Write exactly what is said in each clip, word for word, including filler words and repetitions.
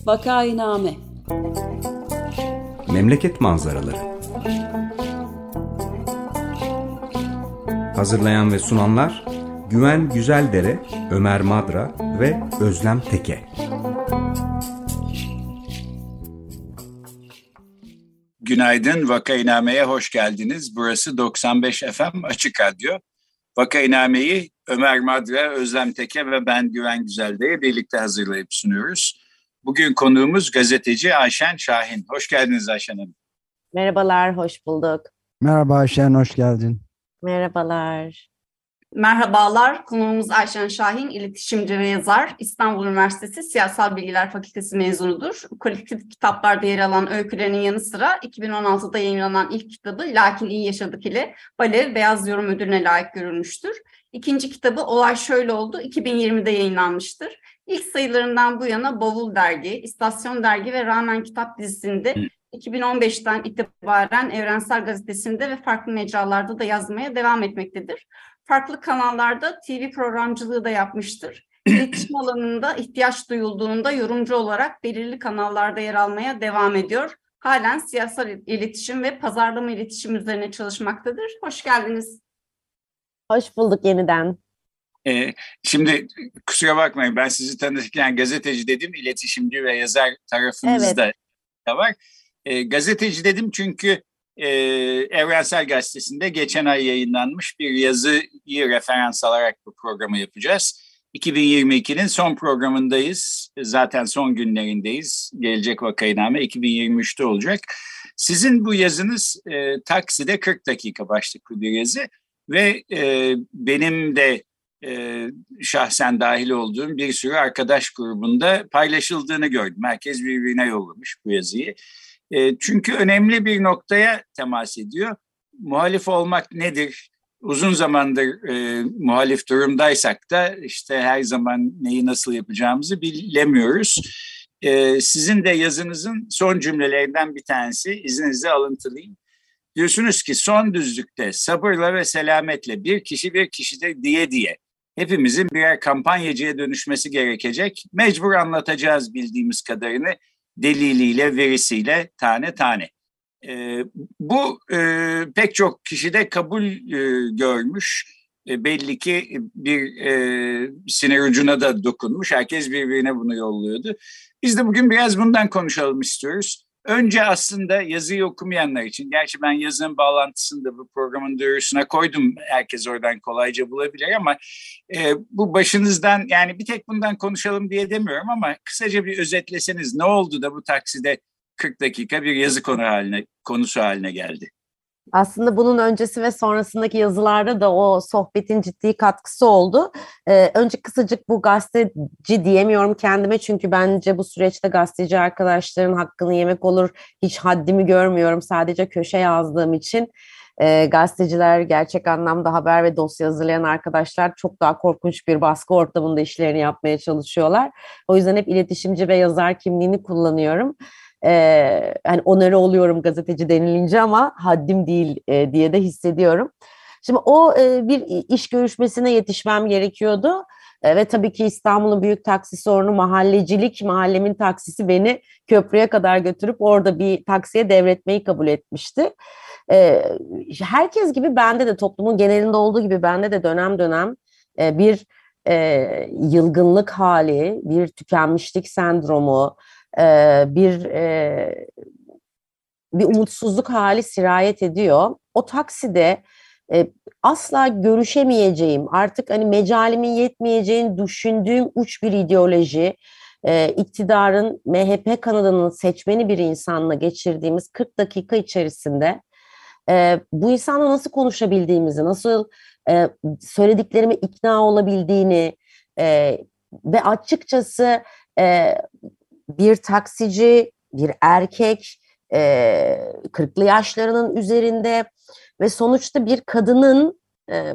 Vakainame. Memleket manzaraları. Hazırlayan ve sunanlar Güven Güzeldere, Ömer Madra ve Özlem Teke. Günaydın, Vakainame'ye hoş geldiniz. Burası doksan beş F M Açık Radyo. Vakainame'yi Ömer Madra, Özlem Teke ve ben Güven Güzeldere'ye birlikte hazırlayıp sunuyoruz. Bugün konuğumuz gazeteci Ayşen Şahin. Hoş geldiniz Ayşen Hanım. Merhabalar, hoş bulduk. Merhaba Ayşen, hoş geldin. Merhabalar. Merhabalar, konuğumuz Ayşen Şahin, iletişimci ve yazar. İstanbul Üniversitesi Siyasal Bilgiler Fakültesi mezunudur. Kolektif kitaplarda yer alan öykülerinin yanı sıra iki bin on altıda yayınlanan ilk kitabı Lakin İyi Yaşadık ile Balev Beyaz Yorum Ödülü'ne layık görülmüştür. İkinci kitabı Olay Şöyle Oldu iki bin yirmide yayınlanmıştır. İlk sayılarından bu yana Bavul Dergi, İstasyon Dergi ve Rağmen Kitap dizisinde iki bin on beşten itibaren Evrensel Gazetesi'nde ve farklı mecralarda da yazmaya devam etmektedir. Farklı kanallarda T V programcılığı da yapmıştır. İletişim alanında ihtiyaç duyulduğunda yorumcu olarak belirli kanallarda yer almaya devam ediyor. Halen siyasal iletişim ve pazarlama iletişim üzerine çalışmaktadır. Hoş geldiniz. Hoş bulduk yeniden. Ee, şimdi kusura bakmayın, ben sizi tanırken gazeteci dedim, iletişimci ve yazar tarafınızda Evet. da var. Ee, gazeteci dedim çünkü e, Evrensel Gazetesi'nde geçen ay yayınlanmış bir yazıyı referans alarak bu programı yapacağız. iki bin yirmi ikinin son programındayız. Zaten son günlerindeyiz. Gelecek Vakainame iki bin yirmi üçte olacak. Sizin bu yazınız e, Takside kırk dakika başlıklı bir yazı ve e, benim de e, şahsen dahil olduğum bir sürü arkadaş grubunda paylaşıldığını gördüm. Herkes birbirine yollamış bu yazıyı. E, çünkü önemli bir noktaya temas ediyor. Muhalif olmak nedir? Uzun zamandır e, muhalif durumdaysak da işte her zaman neyi nasıl yapacağımızı bilemiyoruz. E, sizin de yazınızın son cümlelerinden bir tanesi, izninizle alıntılayayım. Diyorsunuz ki son düzlükte sabırla ve selametle bir kişi bir kişidir diye diye hepimizin birer kampanyacıya dönüşmesi gerekecek. Mecbur anlatacağız bildiğimiz kadarını deliliyle, verisiyle, tane tane. E, bu e, pek çok kişide kabul e, görmüş. E, belli ki bir e, sinir ucuna da dokunmuş. Herkes birbirine bunu yolluyordu. Biz de bugün biraz bundan konuşalım istiyoruz. Önce aslında yazıyı okumayanlar için, gerçi ben yazının bağlantısını da bu programın duyurusuna koydum. Herkes oradan kolayca bulabilir ama e, bu başınızdan, yani bir tek bundan konuşalım diye demiyorum ama kısaca bir özetleseniz ne oldu da bu takside kırk dakika bir yazı konu haline, konusu haline geldi? Aslında bunun öncesi ve sonrasındaki yazılarda da o sohbetin ciddi katkısı oldu. Ee, önce kısacık bu gazeteci diyemiyorum kendime çünkü bence bu süreçte gazeteci arkadaşların hakkını yemek olur. Hiç haddimi görmüyorum sadece köşe yazdığım için. E, gazeteciler, gerçek anlamda haber ve dosya hazırlayan arkadaşlar çok daha korkunç bir baskı ortamında işlerini yapmaya çalışıyorlar. O yüzden hep iletişimci ve yazar kimliğini kullanıyorum. Ee, hani onarı oluyorum gazeteci denilince ama haddim değil e, diye de hissediyorum. Şimdi o e, bir iş görüşmesine yetişmem gerekiyordu e, ve tabii ki İstanbul'un büyük taksi sorunu mahallecilik, mahallemin taksisi beni köprüye kadar götürüp orada bir taksiye devretmeyi kabul etmişti. E, herkes gibi bende de, toplumun genelinde olduğu gibi bende de dönem dönem e, bir e, yılgınlık hali, bir tükenmişlik sendromu, bir e, bir umutsuzluk hali sirayet ediyor. O takside e, asla görüşemeyeceğim, artık hani mecalimin yetmeyeceğini düşündüğüm uç bir ideoloji, e, iktidarın M H P kanadının seçmeni bir insanla geçirdiğimiz kırk dakika içerisinde e, bu insanla nasıl konuşabildiğimizi, nasıl e, söylediklerime ikna olabildiğini e, ve açıkçası e, bir taksici, bir erkek, e, kırklı yaşlarının üzerinde ve sonuçta bir kadının e,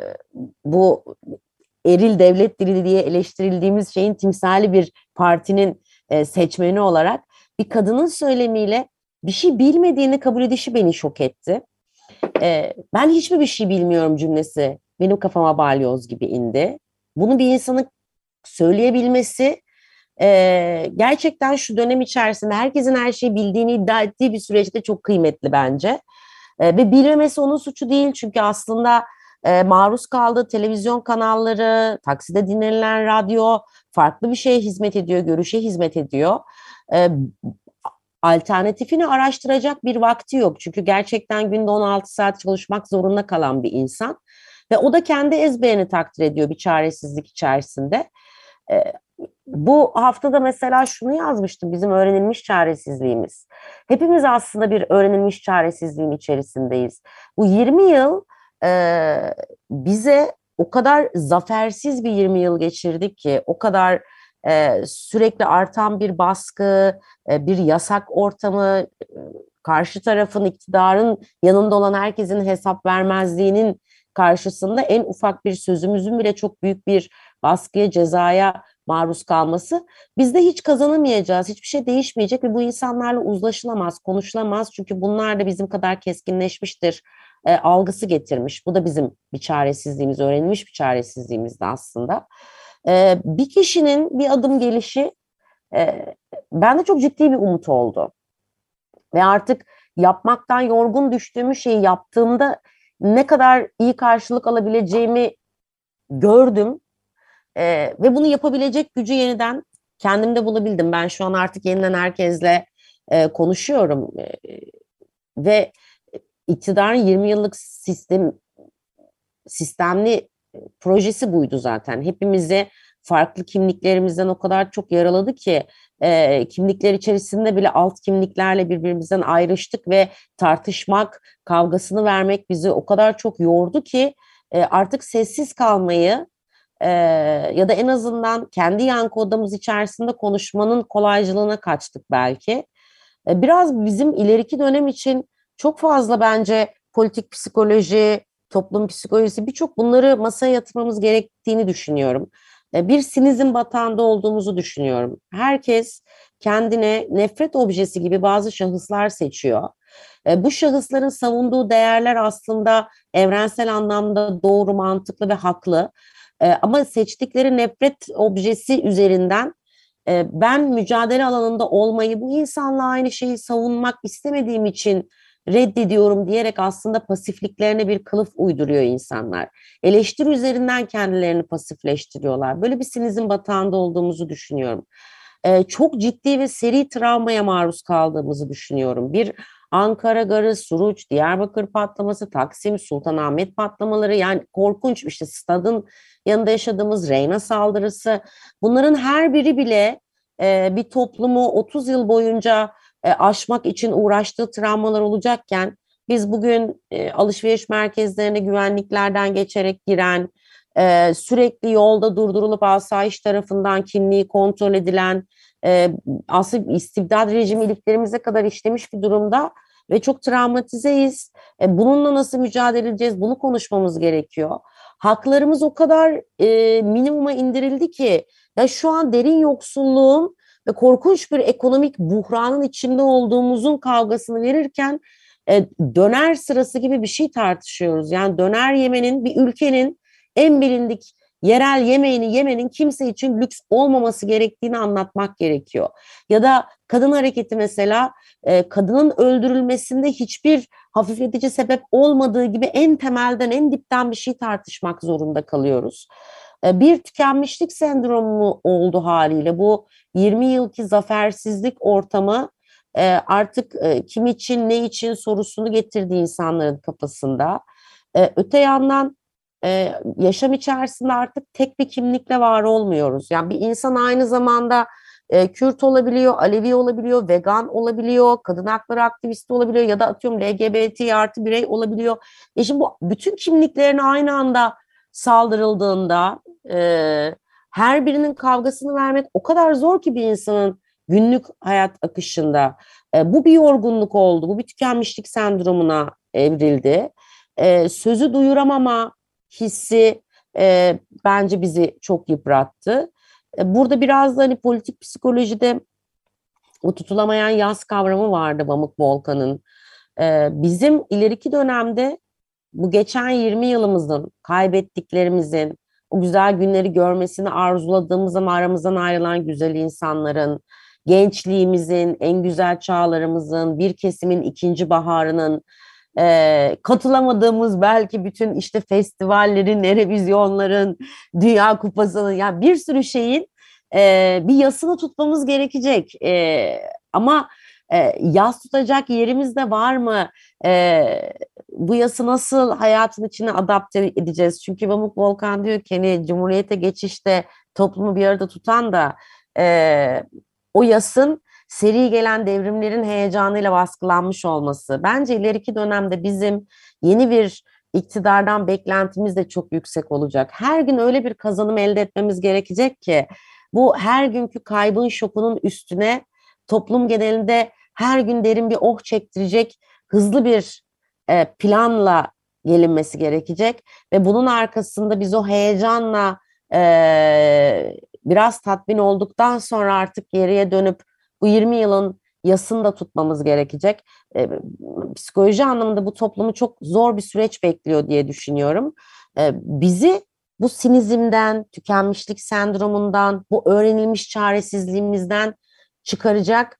bu eril devlet dili diye eleştirildiğimiz şeyin timsali bir partinin e, seçmeni olarak bir kadının söylemiyle bir şey bilmediğini kabul edişi beni şok etti. E, ben hiçbir bir şey bilmiyorum cümlesi benim kafama balyoz gibi indi. Bunu bir insanın söyleyebilmesi e, gerçekten şu dönem içerisinde herkesin her şeyi bildiğini iddia ettiği bir süreçte çok kıymetli bence. E, ve bilmemesi onun suçu değil, çünkü aslında e, maruz kaldığı televizyon kanalları, takside dinlenilen radyo farklı bir şeye hizmet ediyor, görüşe hizmet ediyor. E, alternatifini araştıracak bir vakti yok. Çünkü gerçekten günde on altı saat çalışmak zorunda kalan bir insan. Ve o da kendi ezberini takdir ediyor bir çaresizlik içerisinde. E, bu haftada mesela şunu yazmıştım, bizim öğrenilmiş çaresizliğimiz. Hepimiz aslında bir öğrenilmiş çaresizliğin içerisindeyiz. Bu yirmi yıl e, bize o kadar zafersiz bir yirmi yıl geçirdik ki, o kadar e, sürekli artan bir baskı, e, bir yasak ortamı, e, karşı tarafın, iktidarın yanında olan herkesin hesap vermezliğinin karşısında en ufak bir sözümüzün bile çok büyük bir baskıya, cezaya maruz kalması. Biz de hiç kazanamayacağız, hiçbir şey değişmeyecek ve bu insanlarla uzlaşılamaz, konuşulamaz. Çünkü bunlar da bizim kadar keskinleşmiştir e, algısı getirmiş. Bu da bizim bir çaresizliğimiz, öğrenilmiş bir çaresizliğimizdi aslında. E, bir kişinin bir adım gelişi e, bende çok ciddi bir umut oldu. Ve artık yapmaktan yorgun düştüğümü şeyi yaptığımda ne kadar iyi karşılık alabileceğimi gördüm. Ee, ve bunu yapabilecek gücü yeniden kendimde bulabildim. Ben şu an artık yeniden herkesle e, konuşuyorum. E, ve iktidarın yirmi yıllık sistem sistemli projesi buydu zaten. Hepimizi farklı kimliklerimizden o kadar çok yaraladı ki e, kimlikler içerisinde bile alt kimliklerle birbirimizden ayrıştık ve tartışmak, kavgasını vermek bizi o kadar çok yordu ki e, artık sessiz kalmayı e, ya da en azından kendi yankı odamız içerisinde konuşmanın kolaycılığına kaçtık belki. E, biraz bizim ileriki dönem için çok fazla bence politik psikoloji, toplum psikolojisi, birçok bunları masaya yatırmamız gerektiğini düşünüyorum. Bir sinizm batağında olduğumuzu düşünüyorum. Herkes kendine nefret objesi gibi bazı şahıslar seçiyor. Bu şahısların savunduğu değerler aslında evrensel anlamda doğru, mantıklı ve haklı. Ama seçtikleri nefret objesi üzerinden ben mücadele alanında olmayı, bu insanla aynı şeyi savunmak istemediğim için reddediyorum diyerek aslında pasifliklerine bir kılıf uyduruyor insanlar. Eleştiri üzerinden kendilerini pasifleştiriyorlar. Böyle bir sinizm batağında olduğumuzu düşünüyorum. Ee, çok ciddi ve seri travmaya maruz kaldığımızı düşünüyorum. Bir Ankara Garı, Suruç, Diyarbakır patlaması, Taksim, Sultanahmet patlamaları, yani korkunç, işte stadın yanında yaşadığımız Reyna saldırısı. Bunların her biri bile e, bir toplumu otuz yıl boyunca e, aşmak için uğraştığı travmalar olacakken biz bugün e, alışveriş merkezlerine güvenliklerden geçerek giren, e, sürekli yolda durdurulup asayiş tarafından kimliği kontrol edilen, e, aslında istibdat rejimi iliklerimize kadar işlemiş bir durumda ve çok travmatizeyiz. E, bununla nasıl mücadele edeceğiz? Bunu konuşmamız gerekiyor. Haklarımız o kadar e, minimuma indirildi ki, ya şu an derin yoksulluğun ve korkunç bir ekonomik buhranın içinde olduğumuzun kavgasını verirken e, döner sırası gibi bir şey tartışıyoruz. Yani döner yemenin, bir ülkenin en bilindik yerel yemeğini yemenin kimse için lüks olmaması gerektiğini anlatmak gerekiyor. Ya da kadın hareketi mesela, e, kadının öldürülmesinde hiçbir hafifletici sebep olmadığı gibi en temelden, en dipten bir şey tartışmak zorunda kalıyoruz. E, bir tükenmişlik sendromu oldu haliyle. Bu yirmi yılki zafersizlik ortamı e, artık e, kim için, ne için sorusunu getirdi insanların kafasında. E, öte yandan Ee, yaşam içerisinde artık tek bir kimlikle var olmuyoruz. Yani bir insan aynı zamanda e, Kürt olabiliyor, Alevi olabiliyor, vegan olabiliyor, kadın hakları aktivisti olabiliyor ya da atıyorum L G B T artı birey olabiliyor. E şimdi bu bütün kimliklerine aynı anda saldırıldığında e, her birinin kavgasını vermek o kadar zor ki bir insanın günlük hayat akışında. E, bu bir yorgunluk oldu, bu bir tükenmişlik sendromuna evrildi. E, sözü duyuramama hissi e, bence bizi çok yıprattı. E, burada biraz da hani politik psikolojide o tutulamayan yaz kavramı vardı Pamuk Volkan'ın. E, bizim ileriki dönemde bu geçen yirmi yılımızın, kaybettiklerimizin, o güzel günleri görmesini arzuladığımız ama aramızdan ayrılan güzel insanların, gençliğimizin, en güzel çağlarımızın, bir kesimin ikinci baharının, e, katılamadığımız belki bütün işte festivallerin, televizyonların, Dünya Kupası'nın, yani bir sürü şeyin e, bir yasını tutmamız gerekecek. E, ama e, yas tutacak yerimiz de var mı? E, bu yası nasıl hayatın içine adapte edeceğiz? Çünkü Pamuk Volkan diyor ki hani Cumhuriyete geçişte toplumu bir arada tutan da e, o yasın seri gelen devrimlerin heyecanıyla baskılanmış olması. Bence ileriki dönemde bizim yeni bir iktidardan beklentimiz de çok yüksek olacak. Her gün öyle bir kazanım elde etmemiz gerekecek ki bu her günkü kaybın şokunun üstüne toplum genelinde her gün derin bir oh çektirecek hızlı bir e, planla gelinmesi gerekecek ve bunun arkasında biz o heyecanla e, biraz tatmin olduktan sonra artık geriye dönüp bu yirmi yılın yasını da tutmamız gerekecek. E, psikoloji anlamında bu toplumu çok zor bir süreç bekliyor diye düşünüyorum. E, bizi bu sinizmden, tükenmişlik sendromundan, bu öğrenilmiş çaresizliğimizden çıkaracak,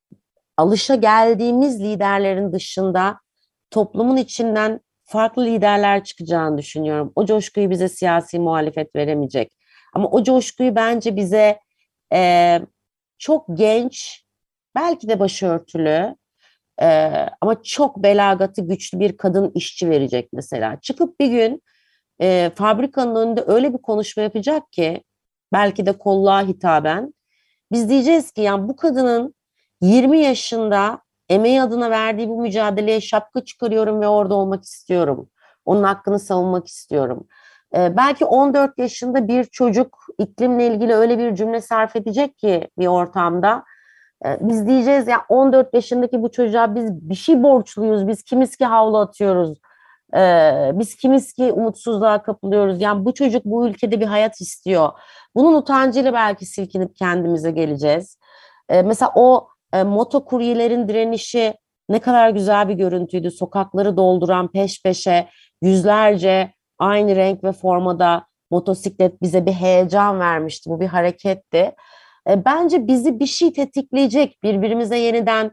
alışa geldiğimiz liderlerin dışında toplumun içinden farklı liderler çıkacağını düşünüyorum. O coşkuyu bize siyasi muhalefet veremeyecek. Ama o coşkuyu bence bize e, çok genç, belki de başörtülü e, ama çok belagatı güçlü bir kadın işçi verecek mesela. Çıkıp bir gün e, fabrikanın önünde öyle bir konuşma yapacak ki, belki de kolluğa hitaben, biz diyeceğiz ki yani bu kadının yirmi yaşında emeği adına verdiği bu mücadeleye şapka çıkarıyorum ve orada olmak istiyorum. Onun hakkını savunmak istiyorum. Ee, belki on dört yaşında bir çocuk iklimle ilgili öyle bir cümle sarf edecek ki bir ortamda. Ee, biz diyeceğiz ya on dört yaşındaki bu çocuğa biz bir şey borçluyuz. Biz kimiz ki havlu atıyoruz. Ee, biz kimiz ki umutsuzluğa kapılıyoruz. Yani bu çocuk bu ülkede bir hayat istiyor. Bunun utancıyla belki silkinip kendimize geleceğiz. Ee, mesela o e, motokuryelerin direnişi ne kadar güzel bir görüntüydü. Sokakları dolduran peş peşe yüzlerce aynı renk ve formada motosiklet bize bir heyecan vermişti. Bu bir hareketti. E, bence bizi bir şey tetikleyecek, birbirimize yeniden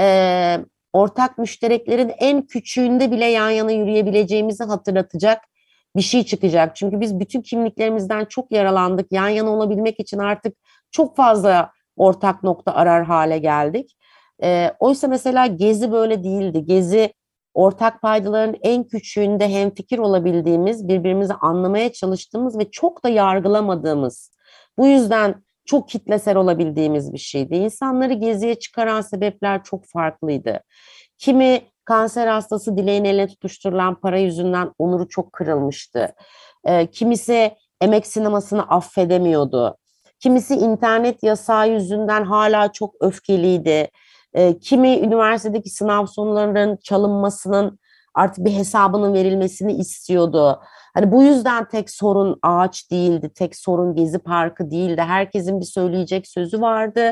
e, ortak müştereklerin en küçüğünde bile yan yana yürüyebileceğimizi hatırlatacak bir şey çıkacak. Çünkü biz bütün kimliklerimizden çok yaralandık. Yan yana olabilmek için artık çok fazla ortak nokta arar hale geldik. E, oysa mesela Gezi böyle değildi. Gezi ortak paydaların en küçüğünde hemfikir olabildiğimiz, birbirimizi anlamaya çalıştığımız ve çok da yargılamadığımız, bu yüzden çok kitlesel olabildiğimiz bir şeydi. İnsanları geziye çıkaran sebepler çok farklıydı. Kimi kanser hastası dileğin eline tutuşturulan para yüzünden onuru çok kırılmıştı. E, kimisi emek sinemasını affedemiyordu. Kimisi internet yasağı yüzünden hala çok öfkeliydi. E, kimi üniversitedeki sınav sonuçlarının çalınmasının artık bir hesabının verilmesini istiyordu. Hani bu yüzden tek sorun ağaç değildi, tek sorun Gezi Parkı değildi. Herkesin bir söyleyecek sözü vardı.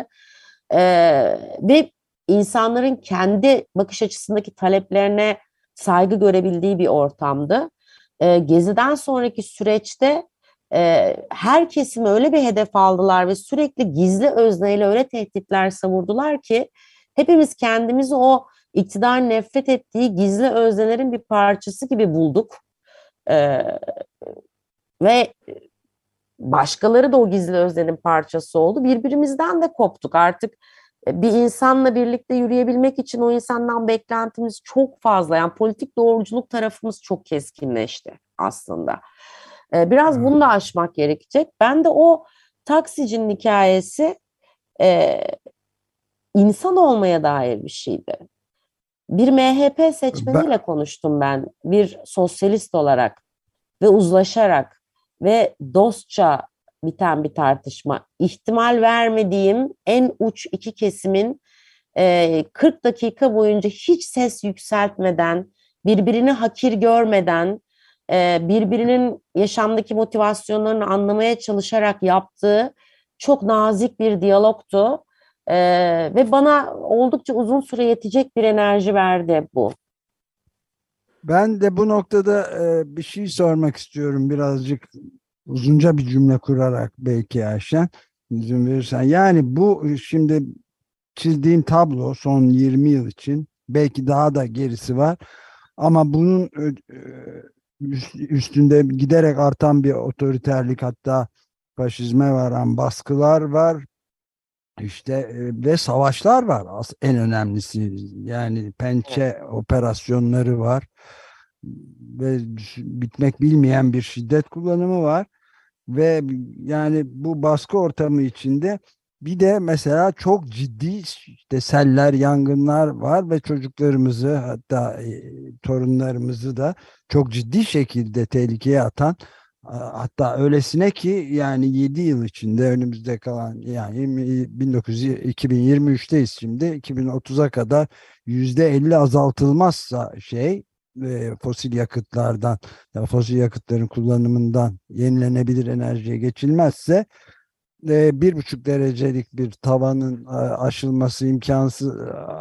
Ee, ve insanların kendi bakış açısındaki taleplerine saygı görebildiği bir ortamdı. Ee, Gezi'den sonraki süreçte e, her kesimi öyle bir hedef aldılar ve sürekli gizli özneyle öyle tehditler savurdular ki hepimiz kendimizi o iktidar nefret ettiği gizli öznelerin bir parçası gibi bulduk. Ee, ve başkaları da o gizli öznenin parçası oldu. Birbirimizden de koptuk. Artık bir insanla birlikte yürüyebilmek için o insandan beklentimiz çok fazla. Yani politik doğruculuk tarafımız çok keskinleşti aslında. Ee, biraz bunu da aşmak gerekecek. Ben de o taksicinin hikayesi e, insan olmaya dair bir şeydi. Bir M H P seçmeniyle ben... konuştum ben, bir sosyalist olarak ve uzlaşarak ve dostça biten bir tartışma. İhtimal vermediğim en uç iki kesimin e, kırk dakika boyunca hiç ses yükseltmeden, birbirini hakir görmeden, e, birbirinin yaşamdaki motivasyonlarını anlamaya çalışarak yaptığı çok nazik bir diyalogtu. Ee, ve bana oldukça uzun süre yetecek bir enerji verdi bu. Ben de bu noktada e, bir şey sormak istiyorum birazcık uzunca bir cümle kurarak belki Ayşen izin verirsen. Yani bu şimdi çizdiğin tablo son yirmi yıl için, belki daha da gerisi var ama bunun üstünde giderek artan bir otoriterlik, hatta faşizme varan baskılar var. İşte e, ve savaşlar var, en önemlisi yani pençe operasyonları var ve bitmek bilmeyen bir şiddet kullanımı var ve yani bu baskı ortamı içinde bir de mesela çok ciddi işte seller, yangınlar var ve çocuklarımızı, hatta e, torunlarımızı da çok ciddi şekilde tehlikeye atan, hatta öylesine ki yani yedi yıl içinde önümüzde kalan, yani bin dokuz yüz iki bin yirmi üçteyiz şimdi, iki bin otuza kadar yüzde elli azaltılmazsa şey e, fosil yakıtlardan, ya fosil yakıtların kullanımından yenilenebilir enerjiye geçilmezse e, bir buçuk derecelik bir tavanın e, aşılması imkansız,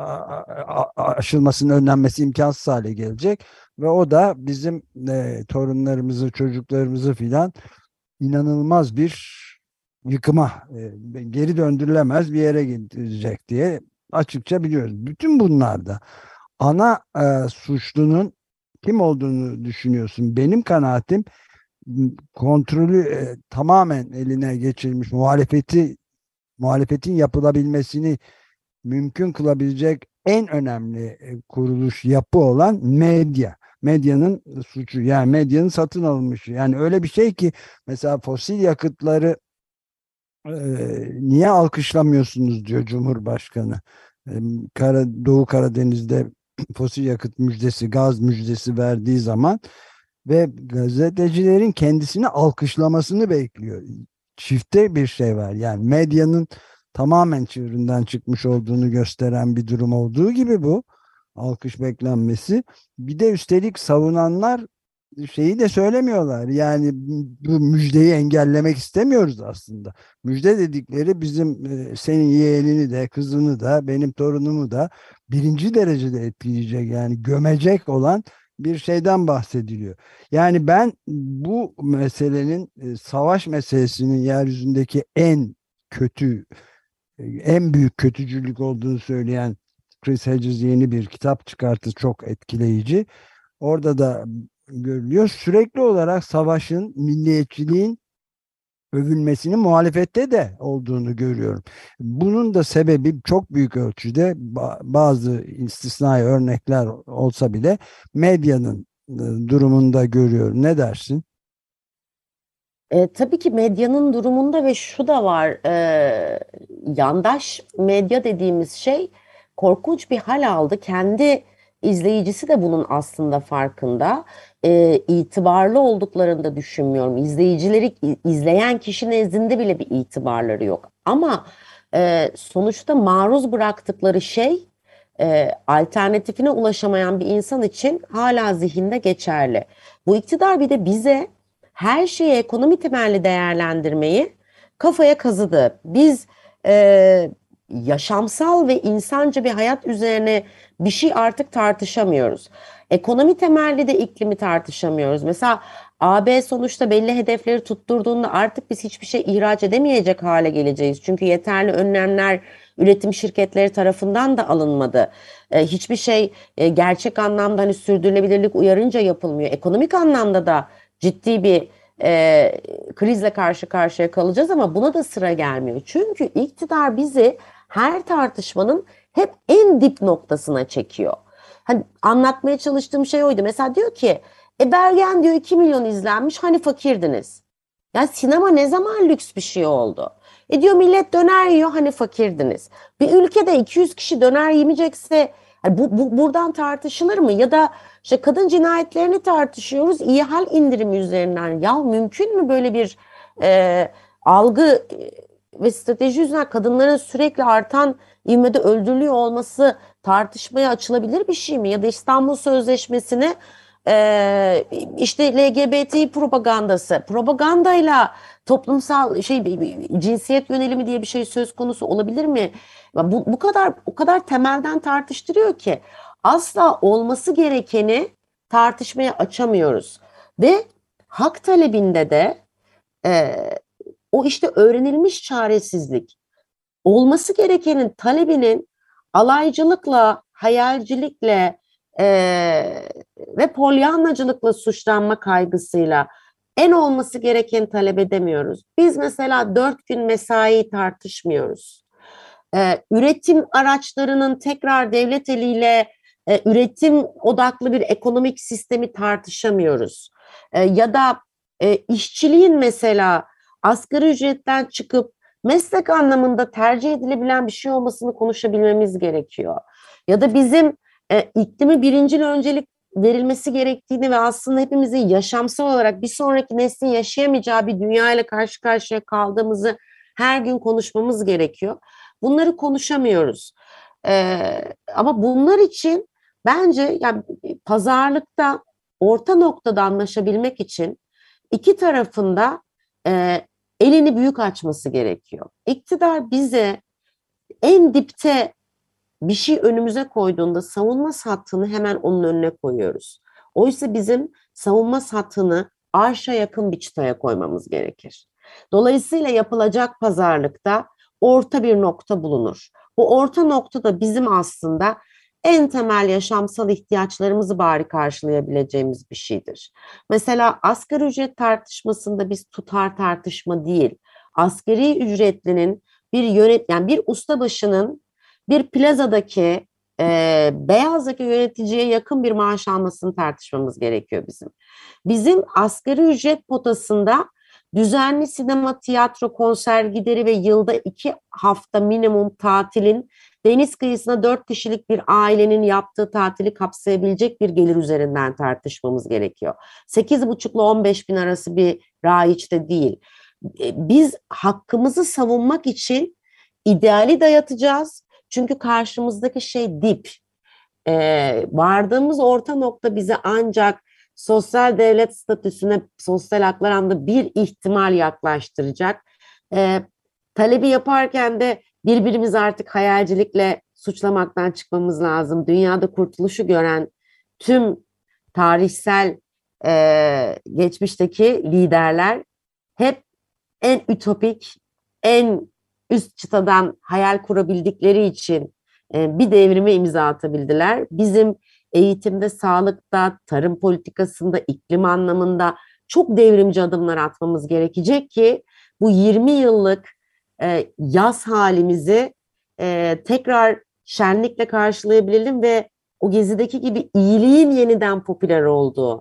aşılmasının önlenmesi imkansız hale gelecek ve o da bizim e, torunlarımızı, çocuklarımızı filan inanılmaz bir yıkıma, e, geri döndürülemez bir yere getirecek diye açıkça biliyoruz. Bütün bunlarda ana e, suçlunun kim olduğunu düşünüyorsun? Benim kanaatim kontrolü e, tamamen eline geçirmiş, muhalefeti muhalefetin yapılabilmesini mümkün kılabilecek en önemli e, kuruluş, yapı olan medya. Medyanın suçu, yani medyanın satın alınmışı. Yani öyle bir şey ki mesela fosil yakıtları e, niye alkışlamıyorsunuz diyor Cumhurbaşkanı. E, Kara, Doğu Karadeniz'de fosil yakıt müjdesi, gaz müjdesi verdiği zaman ve gazetecilerin kendisini alkışlamasını bekliyor. Çifte bir şey var. Yani medyanın tamamen çığırından çıkmış olduğunu gösteren bir durum olduğu gibi bu alkış beklenmesi. Bir de üstelik savunanlar şeyi de söylemiyorlar. Yani bu müjdeyi engellemek istemiyoruz aslında. Müjde dedikleri bizim e, senin yeğenini de, kızını da, benim torunumu da birinci derecede etkileyecek, yani gömecek olan bir şeyden bahsediliyor. Yani ben bu meselenin e, savaş meselesinin yeryüzündeki en kötü, e, en büyük kötücülük olduğunu söyleyen Chris Hedges yeni bir kitap çıkarttı, çok etkileyici. Orada da görülüyor. Sürekli olarak savaşın, milliyetçiliğin övülmesinin muhalefette de olduğunu görüyorum. Bunun da sebebi çok büyük ölçüde, bazı istisnai örnekler olsa bile, medyanın durumunda görüyorum. Ne dersin? E, tabii ki medyanın durumunda ve şu da var, e, yandaş medya dediğimiz şey korkunç bir hal aldı. Kendi izleyicisi de bunun aslında farkında. E, itibarlı olduklarını da düşünmüyorum. İzleyicileri, izleyen kişi nezdinde bile bir itibarları yok. Ama e, sonuçta maruz bıraktıkları şey e, alternatifine ulaşamayan bir insan için hala zihinde geçerli. Bu iktidar bir de bize her şeyi ekonomi temelli değerlendirmeyi kafaya kazıdı. Biz e, yaşamsal ve insancı bir hayat üzerine bir şey artık tartışamıyoruz. Ekonomi temelli de iklimi tartışamıyoruz. Mesela A B sonuçta belli hedefleri tutturduğunda artık biz hiçbir şey ihraç edemeyecek hale geleceğiz. Çünkü yeterli önlemler üretim şirketleri tarafından da alınmadı. E, hiçbir şey e, gerçek anlamda hani sürdürülebilirlik uyarınca yapılmıyor. Ekonomik anlamda da ciddi bir e, krizle karşı karşıya kalacağız ama buna da sıra gelmiyor. Çünkü iktidar bizi her tartışmanın hep en dip noktasına çekiyor. Hani anlatmaya çalıştığım şey oydu. Mesela diyor ki e Bergen diyor iki milyon izlenmiş, hani fakirdiniz. Ya sinema ne zaman lüks bir şey oldu? E diyor millet döner yiyor, hani fakirdiniz. Bir ülkede iki yüz kişi döner yemeyecekse yani bu, bu buradan tartışılır mı? Ya da işte kadın cinayetlerini tartışıyoruz iyi hal indirimi üzerinden. Ya mümkün mü böyle bir e, algı ve strateji yüzünden kadınların sürekli artan ivmede öldürülüyor olması tartışmaya açılabilir bir şey mi? Ya da İstanbul Sözleşmesi'ni e, işte L G B T propagandası, propagandayla toplumsal şey cinsiyet yönelimi diye bir şey söz konusu olabilir mi? Bu, bu kadar o kadar temelden tartıştırıyor ki asla olması gerekeni tartışmaya açamıyoruz. Ve hak talebinde de e, o işte öğrenilmiş çaresizlik, olması gerekenin talebinin alaycılıkla, hayalcilikle e, ve polyanlacılıkla suçlanma kaygısıyla en olması gerekeni talep edemiyoruz. Biz mesela dört gün mesai tartışmıyoruz. E, üretim araçlarının tekrar devlet eliyle e, üretim odaklı bir ekonomik sistemi tartışamıyoruz. E, ya da e, işçiliğin mesela asgari ücretten çıkıp meslek anlamında tercih edilebilen bir şey olmasını konuşabilmemiz gerekiyor. Ya da bizim e, iklimi birincil öncelik verilmesi gerektiğini ve aslında hepimizin yaşamsal olarak bir sonraki neslin yaşayamayacağı bir dünya ile karşı karşıya kaldığımızı her gün konuşmamız gerekiyor. Bunları konuşamıyoruz. Ee, ama bunlar için bence yani pazarlıkta orta noktada anlaşabilmek için iki tarafında e, elini büyük açması gerekiyor. İktidar bize en dipte bir şey önümüze koyduğunda savunma hattını hemen onun önüne koyuyoruz. Oysa bizim savunma hattını arşa yakın bir çıtaya koymamız gerekir. Dolayısıyla yapılacak pazarlıkta orta bir nokta bulunur. Bu orta nokta da bizim aslında en temel yaşamsal ihtiyaçlarımızı bari karşılayabileceğimiz bir şeydir. Mesela asgari ücret tartışmasında biz tutar tartışma değil, asgari ücretlinin bir yönet, yani bir ustabaşının bir plazadaki e, beyaz yaka yöneticiye yakın bir maaş almasını tartışmamız gerekiyor bizim. Bizim asgari ücret potasında düzenli sinema, tiyatro, konser gideri ve yılda iki hafta minimum tatilin deniz kıyısına dört kişilik bir ailenin yaptığı tatili kapsayabilecek bir gelir üzerinden tartışmamız gerekiyor. sekiz buçuk ile on beş bin arası bir raiçte değil. Biz hakkımızı savunmak için ideali dayatacağız. Çünkü karşımızdaki şey dip. Ee, vardığımız orta nokta bize ancak sosyal devlet statüsüne, sosyal haklar anlamında bir ihtimal yaklaştıracak. Ee, talebi yaparken de birbirimizi artık hayalcilikle suçlamaktan çıkmamız lazım. Dünyada kurtuluşu gören tüm tarihsel e, geçmişteki liderler hep en ütopik, en üst çıtadan hayal kurabildikleri için e, bir devrime imza atabildiler. Bizim eğitimde, sağlıkta, tarım politikasında, iklim anlamında çok devrimci adımlar atmamız gerekecek ki bu yirmi yıllık e, yaz halimizi e, tekrar şenlikle karşılayabilelim ve o gezideki gibi iyiliğin yeniden popüler olduğu,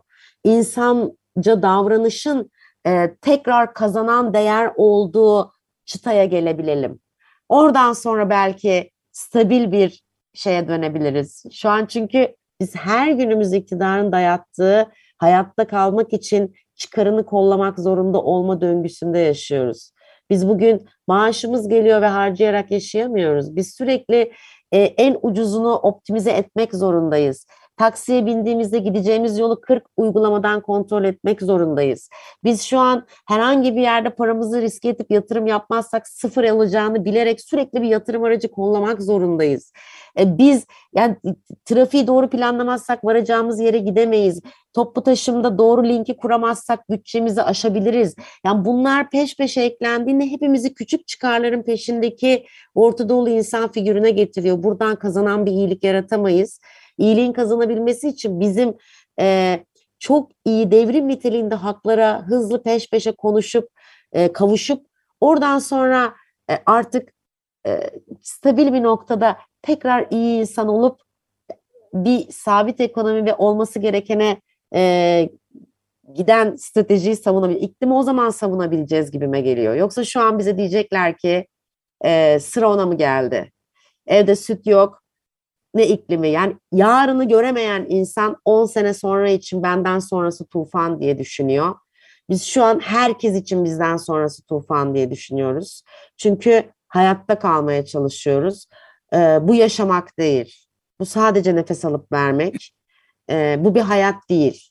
insanca davranışın e, tekrar kazanan değer olduğu çıtaya gelebilelim. Oradan sonra belki stabil bir şeye dönebiliriz. Şu an çünkü biz her günümüz iktidarın dayattığı hayatta kalmak için çıkarını kollamak zorunda olma döngüsünde yaşıyoruz. Biz bugün maaşımız geliyor ve harcayarak yaşayamıyoruz. Biz sürekli e, en ucuzunu optimize etmek zorundayız. Taksiye bindiğimizde gideceğimiz yolu kırk uygulamadan kontrol etmek zorundayız. Biz şu an herhangi bir yerde paramızı riske edip yatırım yapmazsak sıfır alacağını bilerek sürekli bir yatırım aracı kollamak zorundayız. E, biz yani trafiği doğru planlamazsak varacağımız yere gidemeyiz. Toplu taşımda doğru linki kuramazsak bütçemizi aşabiliriz. Yani bunlar peş peşe eklendiğinde hepimizi küçük çıkarların peşindeki Orta Doğulu insan figürüne getiriyor. Buradan kazanan bir iyilik yaratamayız. İyiliğin kazanabilmesi için bizim e, çok iyi devrim niteliğinde haklara hızlı peş peşe konuşup e, kavuşup oradan sonra e, artık e, stabil bir noktada tekrar iyi insan olup bir sabit ekonomi ve olması gerekene e, giden stratejiyi savunabilir. İklimi o zaman savunabileceğiz gibime geliyor. Yoksa şu an bize diyecekler ki e, sıra ona mı geldi? Evde süt yok. Ne iklimi? Yani yarını göremeyen insan on sene sonra için benden sonrası tufan diye düşünüyor. Biz şu an herkes için bizden sonrası tufan diye düşünüyoruz. Çünkü hayatta kalmaya çalışıyoruz. Ee, bu yaşamak değil. Bu sadece nefes alıp vermek. Ee, bu bir hayat değil.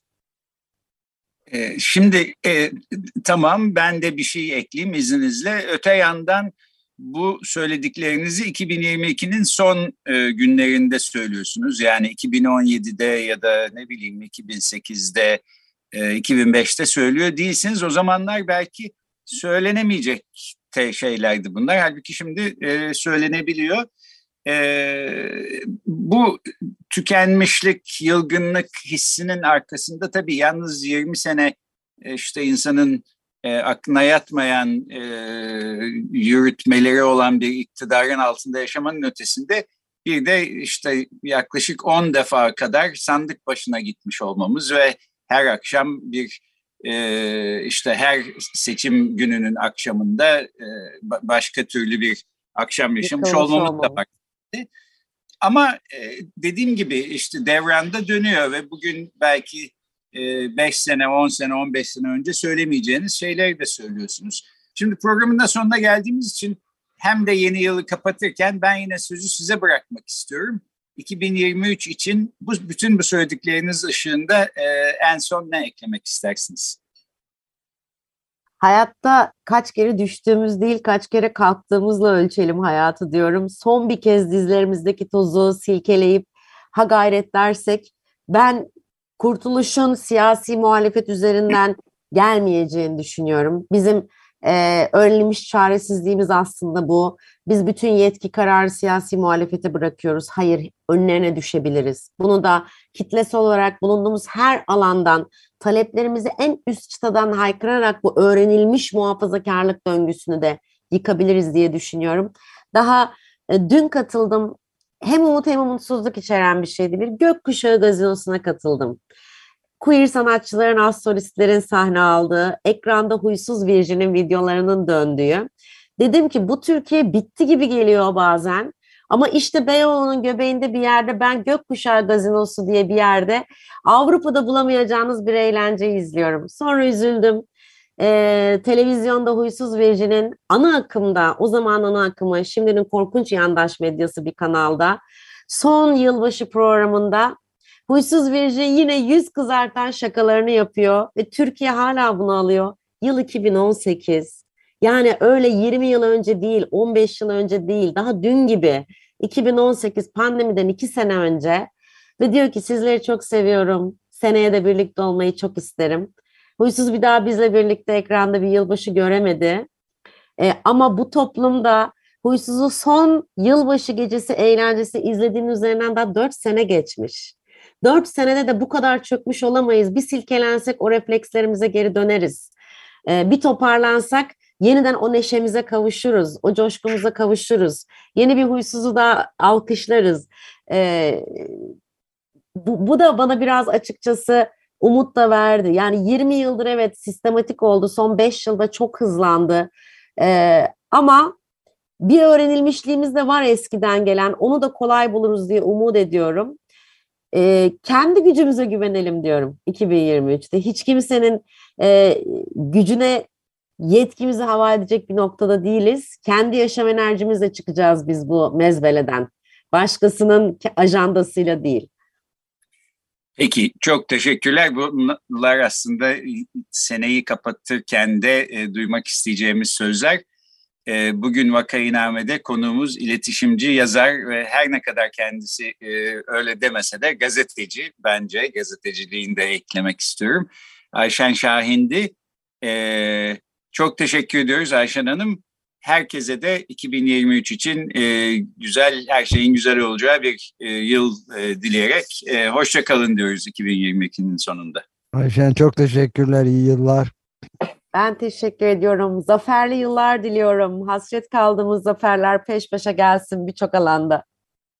Ee, şimdi e, tamam, ben de bir şey ekleyeyim izninizle. Öte yandan bu söylediklerinizi iki bin yirmi ikinin son e, günlerinde söylüyorsunuz. Yani iki bin on yedide ya da ne bileyim iki bin sekizde, e, iki bin beşte söylüyor değilsiniz. O zamanlar belki söylenemeyecek te şeylerdi bunlar. Halbuki şimdi e, söylenebiliyor. E, bu tükenmişlik, yılgınlık hissinin arkasında tabii yalnız yirmi sene e, işte insanın e, aklına yatmayan e, yürütmeleri olan bir iktidarın altında yaşamanın ötesinde bir de işte yaklaşık on defa kadar sandık başına gitmiş olmamız ve her akşam bir e, işte her seçim gününün akşamında e, başka türlü bir akşam yaşamış Yıkılmış olmamız olmamız. da var. Ama e, dediğim gibi işte devranda dönüyor ve bugün belki beş sene, on sene, on beş sene önce söylemeyeceğiniz şeyleri de söylüyorsunuz. Şimdi programın da sonuna geldiğimiz için hem de yeni yılı kapatırken ben yine sözü size bırakmak istiyorum. iki bin yirmi üç için bu bütün bu söyledikleriniz ışığında e, en son ne eklemek istersiniz? Hayatta kaç kere düştüğümüz değil, kaç kere kalktığımızla ölçelim hayatı diyorum. Son bir kez dizlerimizdeki tozu silkeleyip ha gayret dersek, ben kurtuluşun siyasi muhalefet üzerinden gelmeyeceğini düşünüyorum. Bizim e, öğrenilmiş çaresizliğimiz aslında bu. Biz bütün yetki kararı siyasi muhalefete bırakıyoruz. Hayır, önlerine düşebiliriz. Bunu da kitlesel olarak bulunduğumuz her alandan taleplerimizi en üst çıtadan haykırarak bu öğrenilmiş muhafazakarlık döngüsünü de yıkabiliriz diye düşünüyorum. Daha e, dün katıldım. Hem umut hem umutsuzluk içeren bir şeydi. Bir gökkuşağı gazinosuna katıldım. Queer sanatçıların, az solistlerin sahne aldığı, ekranda Huysuz Virgin'in videolarının döndüğü. Dedim ki bu Türkiye bitti gibi geliyor bazen. Ama işte Beyoğlu'nun göbeğinde bir yerde, ben Gökkuşağı Gazinosu diye bir yerde Avrupa'da bulamayacağınız bir eğlenceyi izliyorum. Sonra üzüldüm. Ee, televizyonda Huysuz Virgin'in ana akımda, o zaman ana akımı, şimdinin korkunç yandaş medyası bir kanalda, son yılbaşı programında Huysuz Virgin yine yüz kızartan şakalarını yapıyor ve Türkiye hala bunu alıyor. Yıl iki bin on sekiz. Yani öyle yirmi yıl önce değil, on beş yıl önce değil, daha dün gibi. iki bin on sekiz, pandemiden iki sene önce, ve diyor ki sizleri çok seviyorum. Seneye de birlikte olmayı çok isterim. Huysuz bir daha bizle birlikte ekranda bir yılbaşı göremedi. E, ama bu toplumda Huysuz'u son yılbaşı gecesi eğlencesi izlediğin üzerinden daha dört sene geçmiş. Dört senede de bu kadar çökmüş olamayız. Bir silkelensek o reflekslerimize geri döneriz. E, bir toparlansak yeniden o neşemize kavuşuruz. O coşkumuza kavuşuruz. Yeni bir Huysuz'u da alkışlarız. E, bu, bu da bana biraz açıkçası umut da verdi. Yani yirmi yıldır evet sistematik oldu. Son beş yılda çok hızlandı. Ee, ama bir öğrenilmişliğimiz de var eskiden gelen. Onu da kolay buluruz diye umut ediyorum. Ee, kendi gücümüze güvenelim diyorum iki bin yirmi üçte. Hiç kimsenin e, gücüne yetkimizi havale edecek bir noktada değiliz. Kendi yaşam enerjimizle çıkacağız biz bu mezbeleden. Başkasının ajandasıyla değil. Peki, çok teşekkürler. Bunlar aslında seneyi kapatırken de e, duymak isteyeceğimiz sözler. E, bugün Vakainame'de konuğumuz iletişimci, yazar ve her ne kadar kendisi e, öyle demese de gazeteci, bence gazeteciliğini de eklemek istiyorum. Ayşen Şahin'di. E, çok teşekkür ediyoruz Ayşen Hanım. Herkese de iki bin yirmi üç için e, güzel, her şeyin güzel olacağı bir e, yıl e, dileyerek e, hoşça kalın diyoruz iki bin yirmi ikinin sonunda. Ayşen çok teşekkürler, iyi yıllar. Ben teşekkür ediyorum. Zaferli yıllar diliyorum. Hasret kaldığımız zaferler peş peşe gelsin birçok alanda.